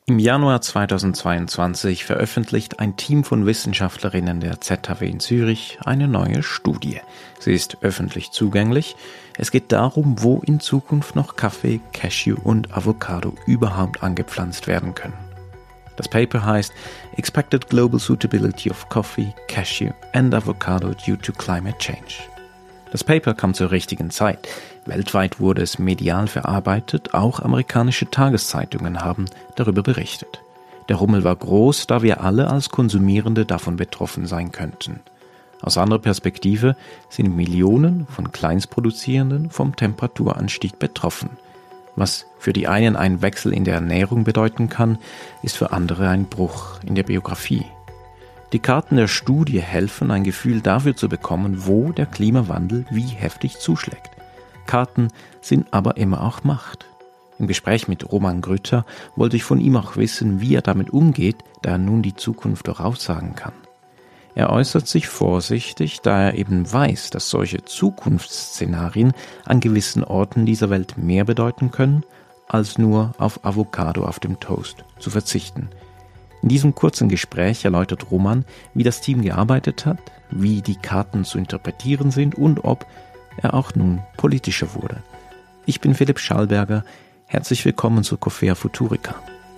Im Januar 2022 veröffentlicht ein Team von Wissenschaftlerinnen der ZHW in Zürich eine neue Studie. Sie ist öffentlich zugänglich. Es geht darum, wo in Zukunft noch Kaffee, Cashew und Avocado überhaupt angepflanzt werden können. Das Paper heißt Expected Global Suitability of Coffee, Cashew and Avocado due to Climate Change. Das Paper kam zur richtigen Zeit. Weltweit wurde es medial verarbeitet, auch amerikanische Tageszeitungen haben darüber berichtet. Der Rummel war groß, da wir alle als Konsumierende davon betroffen sein könnten. Aus anderer Perspektive sind Millionen von Kleinstproduzierenden vom Temperaturanstieg betroffen. Was für die einen einen Wechsel in der Ernährung bedeuten kann, ist für andere ein Bruch in der Biografie. Die Karten der Studie helfen, ein Gefühl dafür zu bekommen, wo der Klimawandel wie heftig zuschlägt. Karten sind aber immer auch Macht. Im Gespräch mit Roman Grütter wollte ich von ihm auch wissen, wie er damit umgeht, da er nun die Zukunft voraussagen kann. Er äußert sich vorsichtig, da er eben weiß, dass solche Zukunftsszenarien an gewissen Orten dieser Welt mehr bedeuten können, als nur auf Avocado auf dem Toast zu verzichten. In diesem kurzen Gespräch erläutert Roman, wie das Team gearbeitet hat, wie die Karten zu interpretieren sind und ob er auch nun politischer wurde. Ich bin Philipp Schallberger. Herzlich willkommen zu Coffea Futurica.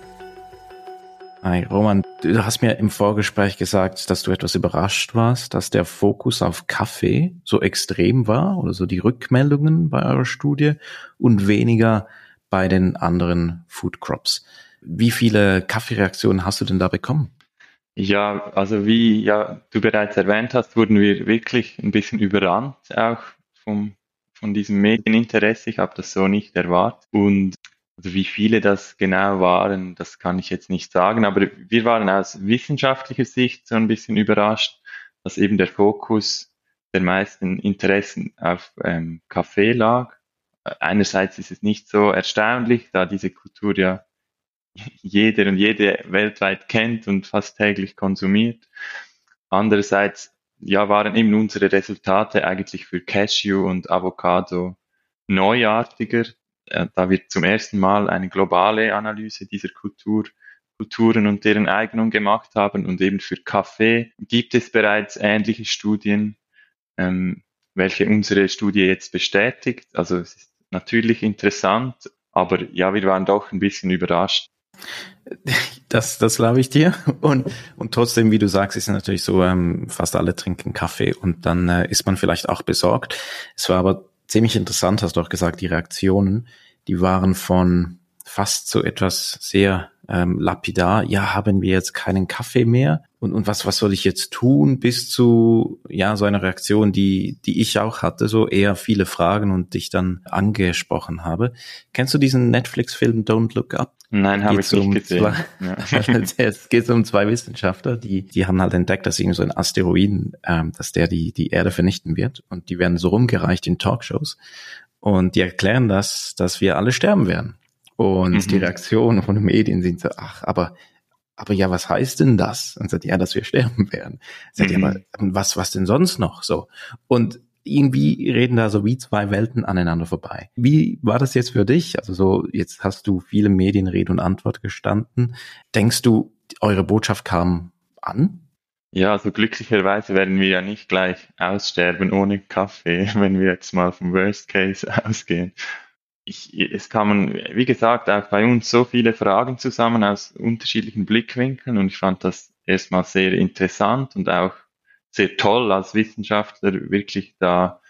Hi Roman, du hast mir im Vorgespräch gesagt, dass du etwas überrascht warst, dass der Fokus auf Kaffee so extrem war oder so die Rückmeldungen bei eurer Studie und weniger bei den anderen Food Crops. Wie viele Kaffeereaktionen hast du denn da bekommen? Ja, also wie du bereits erwähnt hast, wurden wir wirklich ein bisschen überrannt auch von diesem Medieninteresse. Ich habe das so nicht erwartet. Und also wie viele das genau waren, das kann ich jetzt nicht sagen. Aber wir waren aus wissenschaftlicher Sicht so ein bisschen überrascht, dass eben der Fokus der meisten Interessen auf Kaffee lag. Einerseits ist es nicht so erstaunlich, da diese Kultur ja jeder und jede weltweit kennt und fast täglich konsumiert. Andererseits, waren eben unsere Resultate eigentlich für Cashew und Avocado neuartiger, da wir zum ersten Mal eine globale Analyse dieser Kulturen und deren Eignung gemacht haben. Und eben für Kaffee gibt es bereits ähnliche Studien, welche unsere Studie jetzt bestätigt. Also es ist natürlich interessant, aber ja, wir waren doch ein bisschen überrascht. Das glaube ich dir. Und trotzdem, wie du sagst, ist es natürlich so, fast alle trinken Kaffee und dann ist man vielleicht auch besorgt. Es war aber ziemlich interessant, hast du auch gesagt, die Reaktionen, die waren von fast so etwas sehr lapidar. Ja, haben wir jetzt keinen Kaffee mehr? Und was soll ich jetzt tun? Bis zu, so einer Reaktion, die ich auch hatte, so eher viele Fragen und dich dann angesprochen habe. Kennst du diesen Netflix-Film Don't Look Up? Nein, habe ich nicht gesehen. Es geht um zwei Wissenschaftler, die haben halt entdeckt, dass irgendwie so ein Asteroiden, dass der die Erde vernichten wird. Und die werden so rumgereicht in Talkshows. Und die erklären dass wir alle sterben werden. Und die Reaktionen von den Medien sind so, aber ja, was heißt denn das? Und sagt, ja, dass wir sterben werden. Sagt, ja, aber was denn sonst noch? So. Und irgendwie reden da so wie zwei Welten aneinander vorbei. Wie war das jetzt für dich? Also so, jetzt hast du viele Medien Rede und Antwort gestanden. Denkst du, eure Botschaft kam an? Ja, also glücklicherweise werden wir ja nicht gleich aussterben ohne Kaffee, wenn wir jetzt mal vom Worst Case ausgehen. Es kamen, wie gesagt, auch bei uns so viele Fragen zusammen aus unterschiedlichen Blickwinkeln und ich fand das erstmal sehr interessant und auch sehr toll als Wissenschaftler wirklich da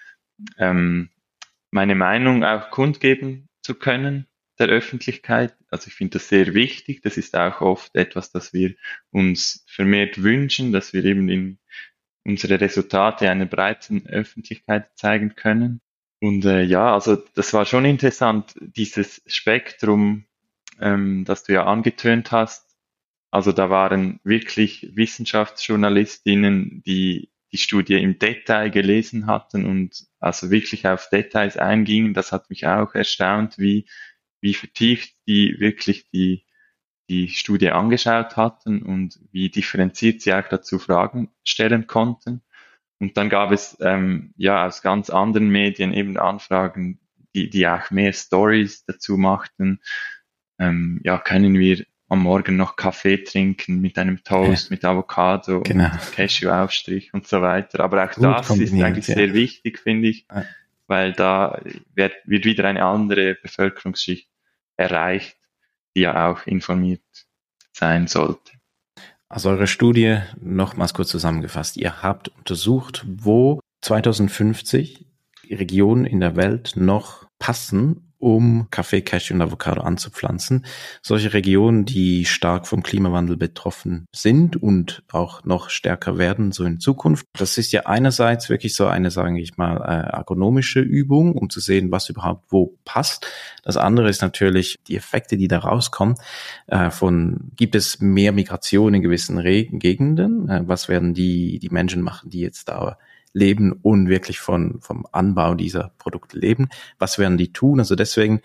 meine Meinung auch kundgeben zu können der Öffentlichkeit. Also ich finde das sehr wichtig. Das ist auch oft etwas, das wir uns vermehrt wünschen, dass wir eben in unsere Resultate einer breiten Öffentlichkeit zeigen können. Und also das war schon interessant, dieses Spektrum, das du ja angetönt hast. Also da waren wirklich Wissenschaftsjournalistinnen, die die Studie im Detail gelesen hatten und also wirklich auf Details eingingen. Das hat mich auch erstaunt, wie vertieft die wirklich die Studie angeschaut hatten und wie differenziert sie auch dazu Fragen stellen konnten. Und dann gab es aus ganz anderen Medien eben Anfragen, die auch mehr Stories dazu machten. Können wir am Morgen noch Kaffee trinken mit einem Ja, Toast, mit Avocado genau. und Cashew-Aufstrich und so weiter. Aber auch Gut das ist kombiniert, eigentlich ja. sehr wichtig, finde ich, Ja. weil da wird wieder eine andere Bevölkerungsschicht erreicht, die ja auch informiert sein sollte. Also eure Studie, nochmals kurz zusammengefasst, ihr habt untersucht, wo 2050 Regionen in der Welt noch passen, um Kaffee, Cashew und Avocado anzupflanzen. Solche Regionen, die stark vom Klimawandel betroffen sind und auch noch stärker werden, so in Zukunft. Das ist ja einerseits wirklich so eine, sage ich mal, agronomische Übung, um zu sehen, was überhaupt wo passt. Das andere ist natürlich die Effekte, die da rauskommen. Gibt es mehr Migration in gewissen Gegenden? Was werden die Menschen machen, die jetzt da leben und wirklich vom Anbau dieser Produkte leben? Was werden die tun? Also deswegen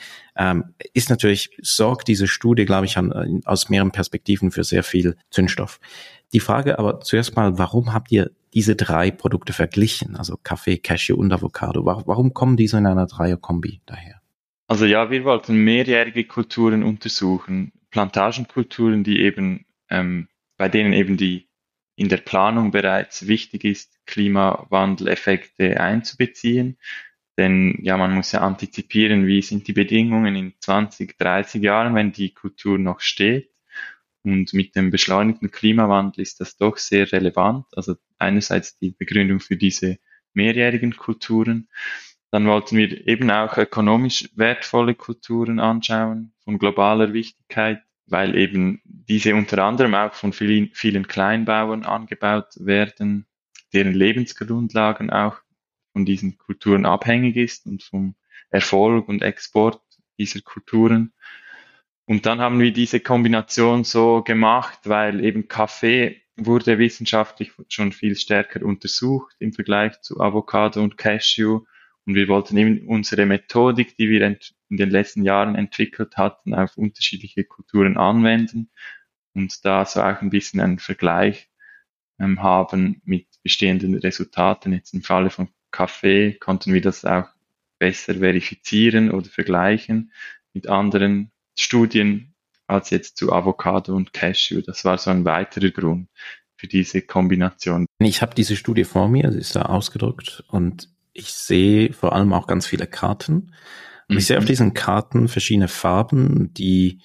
sorgt diese Studie, glaube ich, aus mehreren Perspektiven für sehr viel Zündstoff. Die Frage aber zuerst mal, warum habt ihr diese drei Produkte verglichen? Also Kaffee, Cashew und Avocado. Warum kommen diese in einer Dreierkombi daher? Also ja, wir wollten mehrjährige Kulturen untersuchen, Plantagenkulturen, die eben, bei denen eben die in der Planung bereits wichtig ist, Klimawandeleffekte einzubeziehen. Denn ja, man muss ja antizipieren, wie sind die Bedingungen in 20, 30 Jahren, wenn die Kultur noch steht. Und mit dem beschleunigten Klimawandel ist das doch sehr relevant. Also einerseits die Begründung für diese mehrjährigen Kulturen. Dann wollten wir eben auch ökonomisch wertvolle Kulturen anschauen, von globaler Wichtigkeit, weil eben diese unter anderem auch von vielen, vielen Kleinbauern angebaut werden, deren Lebensgrundlagen auch von diesen Kulturen abhängig ist und vom Erfolg und Export dieser Kulturen. Und dann haben wir diese Kombination so gemacht, weil eben Kaffee wurde wissenschaftlich schon viel stärker untersucht im Vergleich zu Avocado und Cashew. Und wir wollten eben unsere Methodik, die wir in den letzten Jahren entwickelt hatten, auf unterschiedliche Kulturen anwenden und da so auch ein bisschen einen Vergleich haben mit bestehenden Resultaten. Jetzt im Falle von Kaffee konnten wir das auch besser verifizieren oder vergleichen mit anderen Studien als jetzt zu Avocado und Cashew. Das war so ein weiterer Grund für diese Kombination. Ich habe diese Studie vor mir, sie ist da ausgedruckt und ich sehe vor allem auch ganz viele Karten. Und ich sehe auf Mhm. diesen Karten verschiedene Farben, die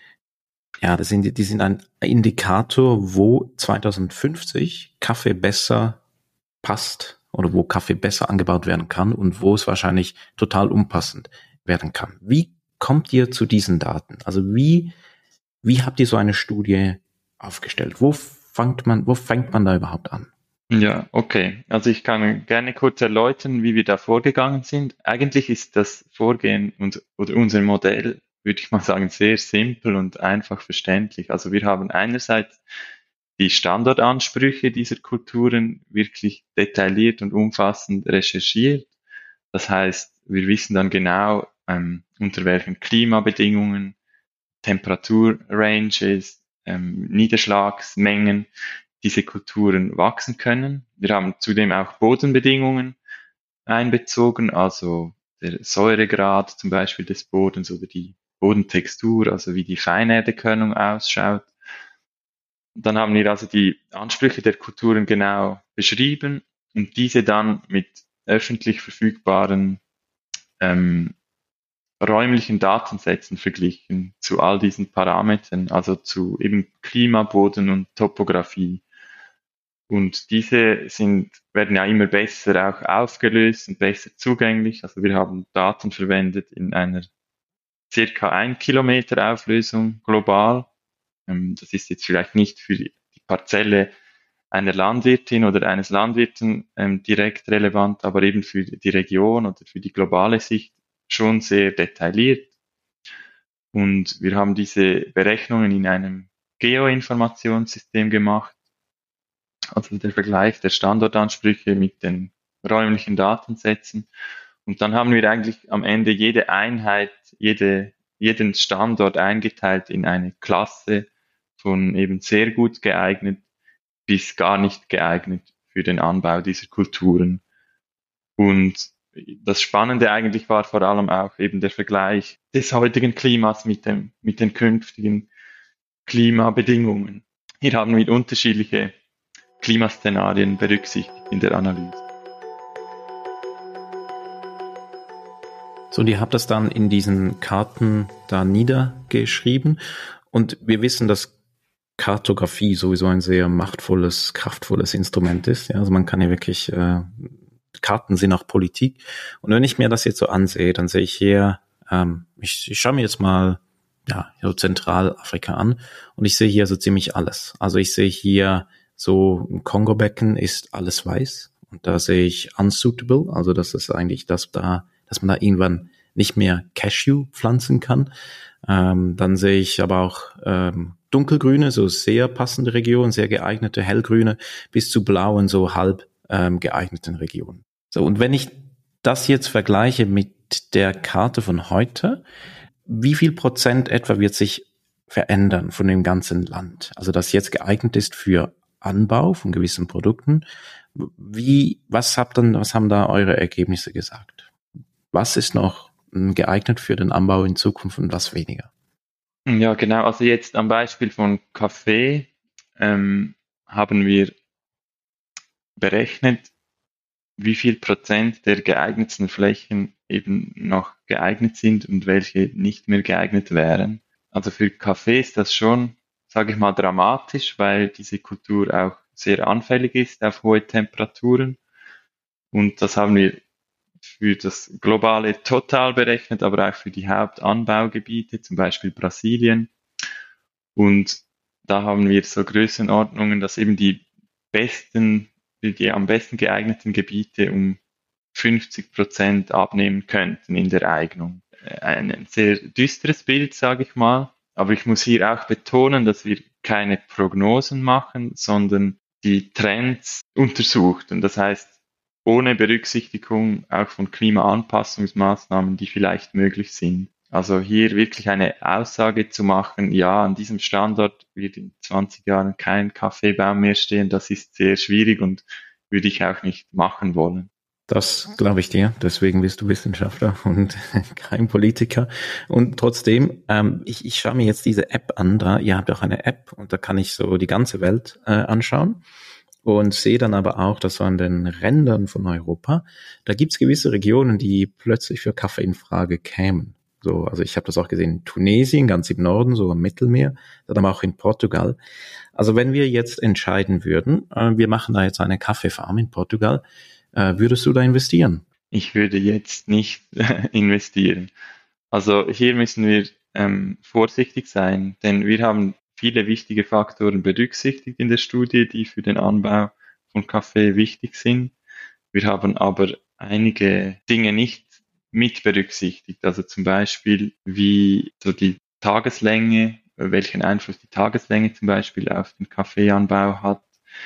sind ein Indikator, wo 2050 Kaffee besser passt oder wo Kaffee besser angebaut werden kann und wo es wahrscheinlich total unpassend werden kann. Wie kommt ihr zu diesen Daten? Also wie habt ihr so eine Studie aufgestellt? Wo fängt man da überhaupt an? Ja, okay. Also ich kann gerne kurz erläutern, wie wir da vorgegangen sind. Eigentlich ist das Vorgehen oder unser Modell, würde ich mal sagen, sehr simpel und einfach verständlich. Also wir haben einerseits die Standortansprüche dieser Kulturen wirklich detailliert und umfassend recherchiert. Das heißt, wir wissen dann genau, unter welchen Klimabedingungen, Temperaturranges, Niederschlagsmengen diese Kulturen wachsen können. Wir haben zudem auch Bodenbedingungen einbezogen, also der Säuregrad zum Beispiel des Bodens oder die Bodentextur, also wie die Feinerdekörnung ausschaut. Dann haben wir also die Ansprüche der Kulturen genau beschrieben und diese dann mit öffentlich verfügbaren ähm, räumlichen Datensätzen verglichen zu all diesen Parametern, also zu eben Klima, Boden und Topographie. Und werden ja immer besser auch aufgelöst und besser zugänglich. Also wir haben Daten verwendet in einer circa 1 Kilometer Auflösung global. Das ist jetzt vielleicht nicht für die Parzelle einer Landwirtin oder eines Landwirten direkt relevant, aber eben für die Region oder für die globale Sicht schon sehr detailliert. Und wir haben diese Berechnungen in einem Geoinformationssystem gemacht, also der Vergleich der Standortansprüche mit den räumlichen Datensätzen. Und dann haben wir eigentlich am Ende jede Einheit, jeden Standort eingeteilt in eine Klasse von eben sehr gut geeignet bis gar nicht geeignet für den Anbau dieser Kulturen. Und das Spannende eigentlich war vor allem auch eben der Vergleich des heutigen Klimas mit den künftigen Klimabedingungen. Hier haben wir unterschiedliche Klimaszenarien berücksichtigt in der Analyse. So, und ihr habt das dann in diesen Karten da niedergeschrieben. Und wir wissen, dass Kartografie sowieso ein sehr machtvolles, kraftvolles Instrument ist. Ja, also man kann ja wirklich, Karten sind auch Politik. Und wenn ich mir das jetzt so ansehe, dann sehe ich hier, ich schaue mir jetzt mal so Zentralafrika an und ich sehe hier so ziemlich alles. Also ich sehe hier so im Kongo-Becken ist alles weiß und da sehe ich unsuitable, also das ist eigentlich dass man da irgendwann nicht mehr Cashew pflanzen kann. Dann sehe ich aber auch dunkelgrüne, so sehr passende Regionen, sehr geeignete hellgrüne bis zu blauen, so halb geeigneten Regionen. So, und wenn ich das jetzt vergleiche mit der Karte von heute, wie viel Prozent etwa wird sich verändern von dem ganzen Land? Also das jetzt geeignet ist für Anbau von gewissen Produkten. Was haben da eure Ergebnisse gesagt? Was ist noch geeignet für den Anbau in Zukunft und was weniger? Ja, genau. Also jetzt am Beispiel von Kaffee haben wir berechnet, wie viel Prozent der geeigneten Flächen eben noch geeignet sind und welche nicht mehr geeignet wären. Also für Kaffee ist das schon, sage ich mal, dramatisch, weil diese Kultur auch sehr anfällig ist auf hohe Temperaturen. Und das haben wir für das globale Total berechnet, aber auch für die Hauptanbaugebiete, zum Beispiel Brasilien. Und da haben wir so Größenordnungen, dass eben die am besten geeigneten Gebiete um 50% abnehmen könnten in der Eignung. Ein sehr düsteres Bild, sage ich mal. Aber ich muss hier auch betonen, dass wir keine Prognosen machen, sondern die Trends untersuchen. Das heißt, ohne Berücksichtigung auch von Klimaanpassungsmaßnahmen, die vielleicht möglich sind. Also hier wirklich eine Aussage zu machen, ja, an diesem Standort wird in 20 Jahren kein Kaffeebaum mehr stehen, das ist sehr schwierig und würde ich auch nicht machen wollen. Das glaube ich dir, deswegen bist du Wissenschaftler und kein Politiker. Und trotzdem, ich schaue mir jetzt diese App an, ihr habt auch eine App und da kann ich so die ganze Welt anschauen und sehe dann aber auch, dass so an den Rändern von Europa, da gibt's gewisse Regionen, die plötzlich für Kaffee in Frage kämen. So, also ich habe das auch gesehen in Tunesien, ganz im Norden, so am Mittelmeer, dann aber auch in Portugal. Also wenn wir jetzt entscheiden würden, wir machen da jetzt eine Kaffeefarm in Portugal, würdest du da investieren? Ich würde jetzt nicht investieren. Also hier müssen wir vorsichtig sein, denn wir haben viele wichtige Faktoren berücksichtigt in der Studie, die für den Anbau von Kaffee wichtig sind. Wir haben aber einige Dinge nicht mit berücksichtigt, also zum Beispiel wie so die Tageslänge, welchen Einfluss die Tageslänge zum Beispiel auf den Kaffeeanbau hat,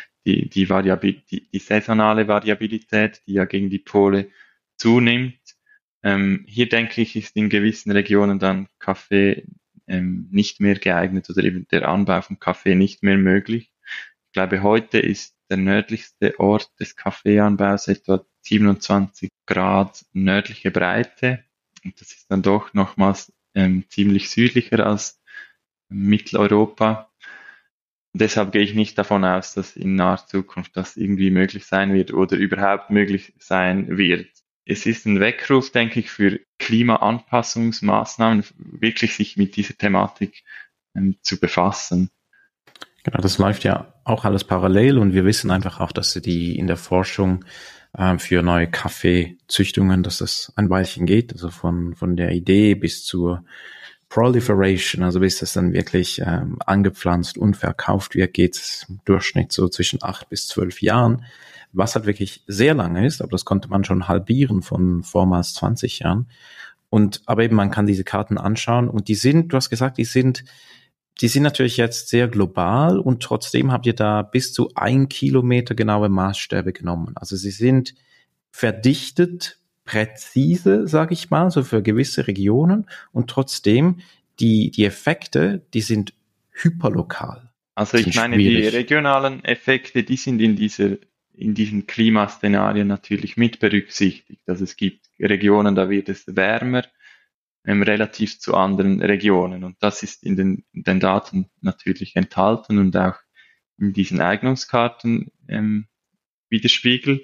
die saisonale Variabilität, die ja gegen die Pole zunimmt. Hier denke ich, ist in gewissen Regionen dann Kaffee nicht mehr geeignet oder eben der Anbau von Kaffee nicht mehr möglich. Ich glaube, heute ist der nördlichste Ort des Kaffeeanbaus etwa 27 Grad nördliche Breite. Und das ist dann doch nochmals ziemlich südlicher als Mitteleuropa. Und deshalb gehe ich nicht davon aus, dass in naher Zukunft das irgendwie möglich sein wird oder überhaupt möglich sein wird. Es ist ein Weckruf, denke ich, für Klimaanpassungsmaßnahmen, wirklich sich mit dieser Thematik zu befassen. Genau, das läuft ja auch alles parallel und wir wissen einfach auch, dass die in der Forschung für neue Kaffeezüchtungen, dass das ein Weilchen geht, also von der Idee bis zur Proliferation, also bis das dann wirklich angepflanzt und verkauft wird, geht es im Durchschnitt so zwischen 8 bis 12 Jahren, was halt wirklich sehr lange ist, aber das konnte man schon halbieren von vormals 20 Jahren. Aber eben, man kann diese Karten anschauen und du hast gesagt, die sind natürlich jetzt sehr global und trotzdem habt ihr da bis zu 1 Kilometer genaue Maßstäbe genommen. Also sie sind verdichtet, präzise, sage ich mal, so für gewisse Regionen und trotzdem die Effekte, die sind hyperlokal. Also ich meine, die regionalen Effekte, die sind in diesen Klimaszenarien natürlich mit berücksichtigt. Also es gibt Regionen, da wird es wärmer, relativ zu anderen Regionen. Und das ist in den Daten natürlich enthalten und auch in diesen Eignungskarten widerspiegelt.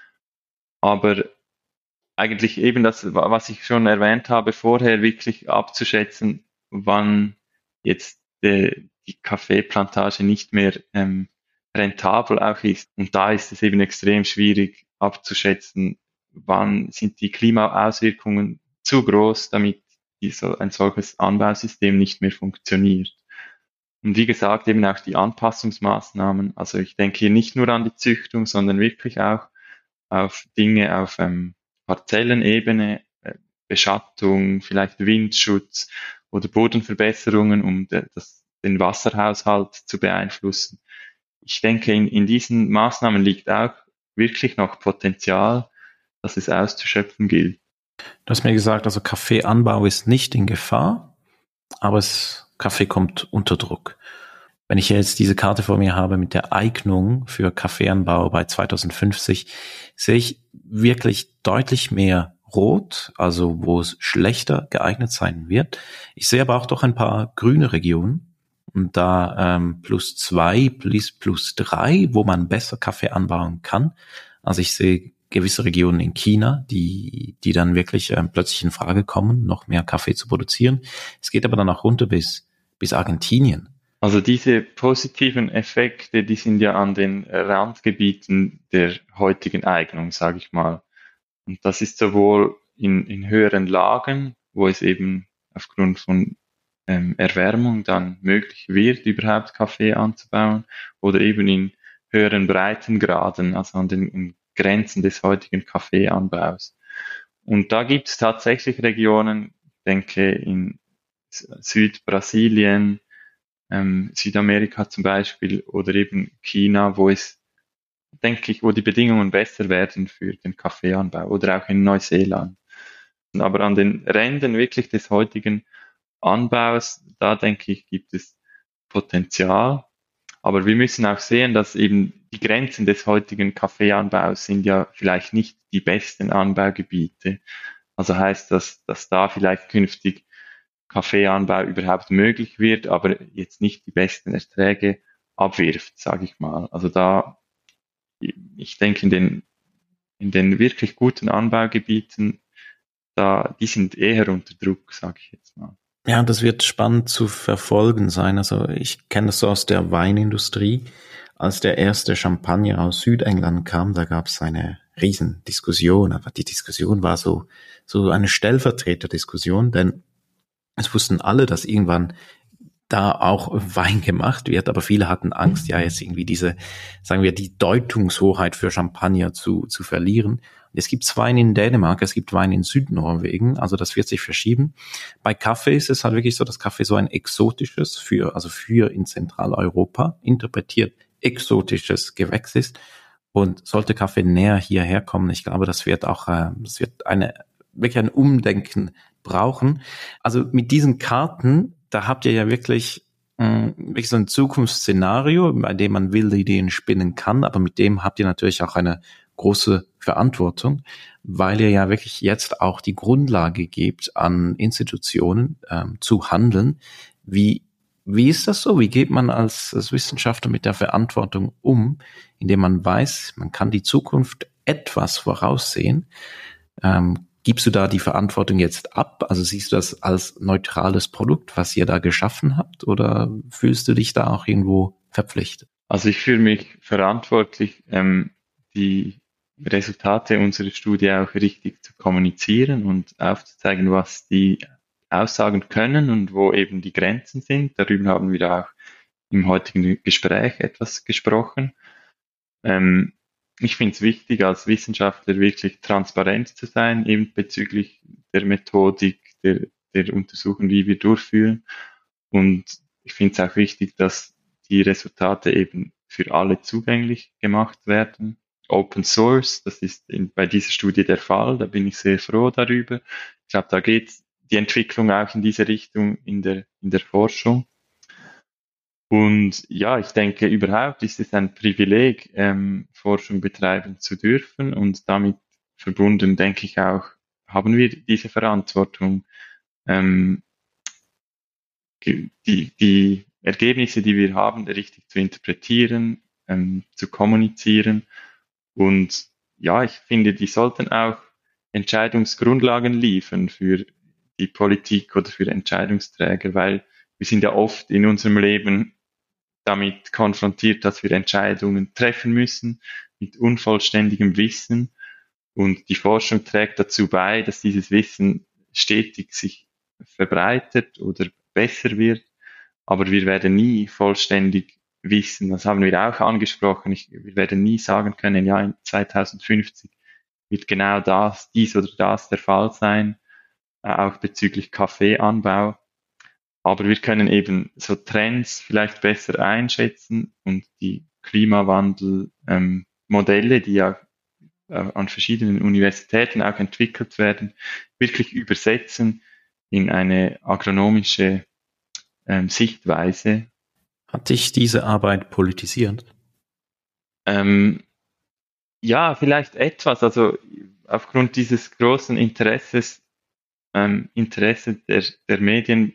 Aber eigentlich eben das, was ich schon erwähnt habe, vorher wirklich abzuschätzen, wann jetzt die Kaffeeplantage nicht mehr rentabel auch ist. Und da ist es eben extrem schwierig abzuschätzen, wann sind die Klimaauswirkungen zu groß, damit ein solches Anbausystem nicht mehr funktioniert. Und wie gesagt, eben auch die Anpassungsmaßnahmen. Also ich denke hier nicht nur an die Züchtung, sondern wirklich auch auf Dinge auf Parzellenebene, Beschattung, vielleicht Windschutz oder Bodenverbesserungen, um den Wasserhaushalt zu beeinflussen. Ich denke, in diesen Maßnahmen liegt auch wirklich noch Potenzial, dass es auszuschöpfen gilt. Du hast mir gesagt, also Kaffeeanbau ist nicht in Gefahr, aber Kaffee kommt unter Druck. Wenn ich jetzt diese Karte vor mir habe mit der Eignung für Kaffeeanbau bei 2050, sehe ich wirklich deutlich mehr Rot, also wo es schlechter geeignet sein wird. Ich sehe aber auch doch ein paar grüne Regionen und da +2 bis +3, wo man besser Kaffee anbauen kann. Also ich sehe gewisse Regionen in China, die dann wirklich plötzlich in Frage kommen, noch mehr Kaffee zu produzieren. Es geht aber dann auch runter bis Argentinien. Also diese positiven Effekte, die sind ja an den Randgebieten der heutigen Eignung, sage ich mal. Und das ist sowohl in höheren Lagen, wo es eben aufgrund von Erwärmung dann möglich wird, überhaupt Kaffee anzubauen, oder eben in höheren Breitengraden, also an den Grenzen des heutigen Kaffeeanbaus. Und da gibt es tatsächlich Regionen, ich denke in Südbrasilien, Südamerika zum Beispiel oder eben China, wo es, denke ich, wo die Bedingungen besser werden für den Kaffeeanbau oder auch in Neuseeland. Aber an den Rändern wirklich des heutigen Anbaus, da denke ich, gibt es Potenzial. Aber wir müssen auch sehen, dass eben die Grenzen des heutigen Kaffeeanbaus sind ja vielleicht nicht die besten Anbaugebiete. Also heißt das, dass da vielleicht künftig Kaffeeanbau überhaupt möglich wird, aber jetzt nicht die besten Erträge abwirft, sage ich mal. Also da, ich denke, in den wirklich guten Anbaugebieten, die sind eher unter Druck, sage ich jetzt mal. Ja, das wird spannend zu verfolgen sein. Also ich kenne das so aus der Weinindustrie. Als der erste Champagner aus Südengland kam, da gab es eine Riesendiskussion. Aber die Diskussion war so eine Stellvertreterdiskussion, denn es wussten alle, dass irgendwann da auch Wein gemacht wird, aber viele hatten Angst, ja jetzt irgendwie diese, sagen wir, die Deutungshoheit für Champagner zu verlieren. Und es gibt Wein in Dänemark, es gibt Wein in Südnorwegen, also das wird sich verschieben. Bei Kaffee ist es halt wirklich so, dass Kaffee so ein exotisches für in Zentraleuropa interpretiert exotisches Gewächs ist. Und sollte Kaffee näher hierher kommen, ich glaube, das wird wirklich ein Umdenken brauchen. Also mit diesen Karten, da habt ihr ja wirklich so ein Zukunftsszenario, bei dem man wilde Ideen spinnen kann, aber mit dem habt ihr natürlich auch eine große Verantwortung, weil ihr ja wirklich jetzt auch die Grundlage gebt, an Institutionen zu handeln. Wie ist das so? Wie geht man als Wissenschaftler mit der Verantwortung um, indem man weiß, man kann die Zukunft etwas voraussehen? Gibst du da die Verantwortung jetzt ab? Also siehst du das als neutrales Produkt, was ihr da geschaffen habt, oder fühlst du dich da auch irgendwo verpflichtet? Also ich fühle mich verantwortlich, die Resultate unserer Studie auch richtig zu kommunizieren und aufzuzeigen, was die aussagen können und wo eben die Grenzen sind. Darüber haben wir auch im heutigen Gespräch etwas gesprochen. Ich finde es wichtig, als Wissenschaftler wirklich transparent zu sein, eben bezüglich der Methodik, der Untersuchungen, wie wir durchführen. Und ich finde es auch wichtig, dass die Resultate eben für alle zugänglich gemacht werden. Open Source, das ist bei dieser Studie der Fall, da bin ich sehr froh darüber. Ich glaube, da geht die Entwicklung auch in diese Richtung in der Forschung. Und ja, ich denke, überhaupt ist es ein Privileg, Forschung betreiben zu dürfen, und damit verbunden, denke ich auch, haben wir diese Verantwortung, ähm, die Ergebnisse, die wir haben, richtig zu interpretieren, zu kommunizieren. Und ja, ich finde, die sollten auch Entscheidungsgrundlagen liefern für die Politik oder für Entscheidungsträger, weil wir sind ja oft in unserem Leben damit konfrontiert, dass wir Entscheidungen treffen müssen mit unvollständigem Wissen. Und die Forschung trägt dazu bei, dass dieses Wissen stetig sich verbreitet oder besser wird. Aber wir werden nie vollständig wissen, das haben wir auch angesprochen, wir werden nie sagen können, ja, in 2050 wird genau dies oder das der Fall sein, auch bezüglich Kaffeeanbau. Aber wir können eben so Trends vielleicht besser einschätzen und die Klimawandel-Modelle, die ja an verschiedenen Universitäten auch entwickelt werden, wirklich übersetzen in eine agronomische Sichtweise. Hat dich diese Arbeit politisiert? Ja, vielleicht etwas. Also aufgrund dieses großen Interesse der Medien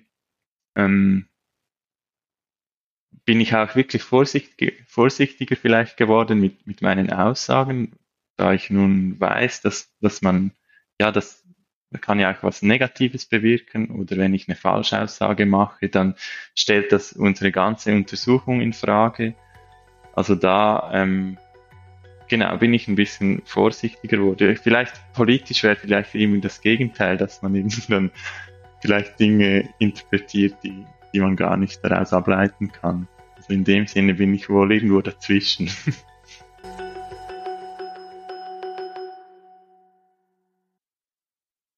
bin ich auch wirklich vorsichtiger vielleicht geworden mit meinen Aussagen, da ich nun weiß, dass man, ja, das kann ja auch was Negatives bewirken, oder wenn ich eine Falschaussage mache, dann stellt das unsere ganze Untersuchung in Frage. Also da, genau, bin ich ein bisschen vorsichtiger geworden. Vielleicht politisch wäre vielleicht eben das Gegenteil, dass man eben dann vielleicht Dinge interpretiert, die man gar nicht daraus ableiten kann. Also in dem Sinne bin ich wohl irgendwo dazwischen.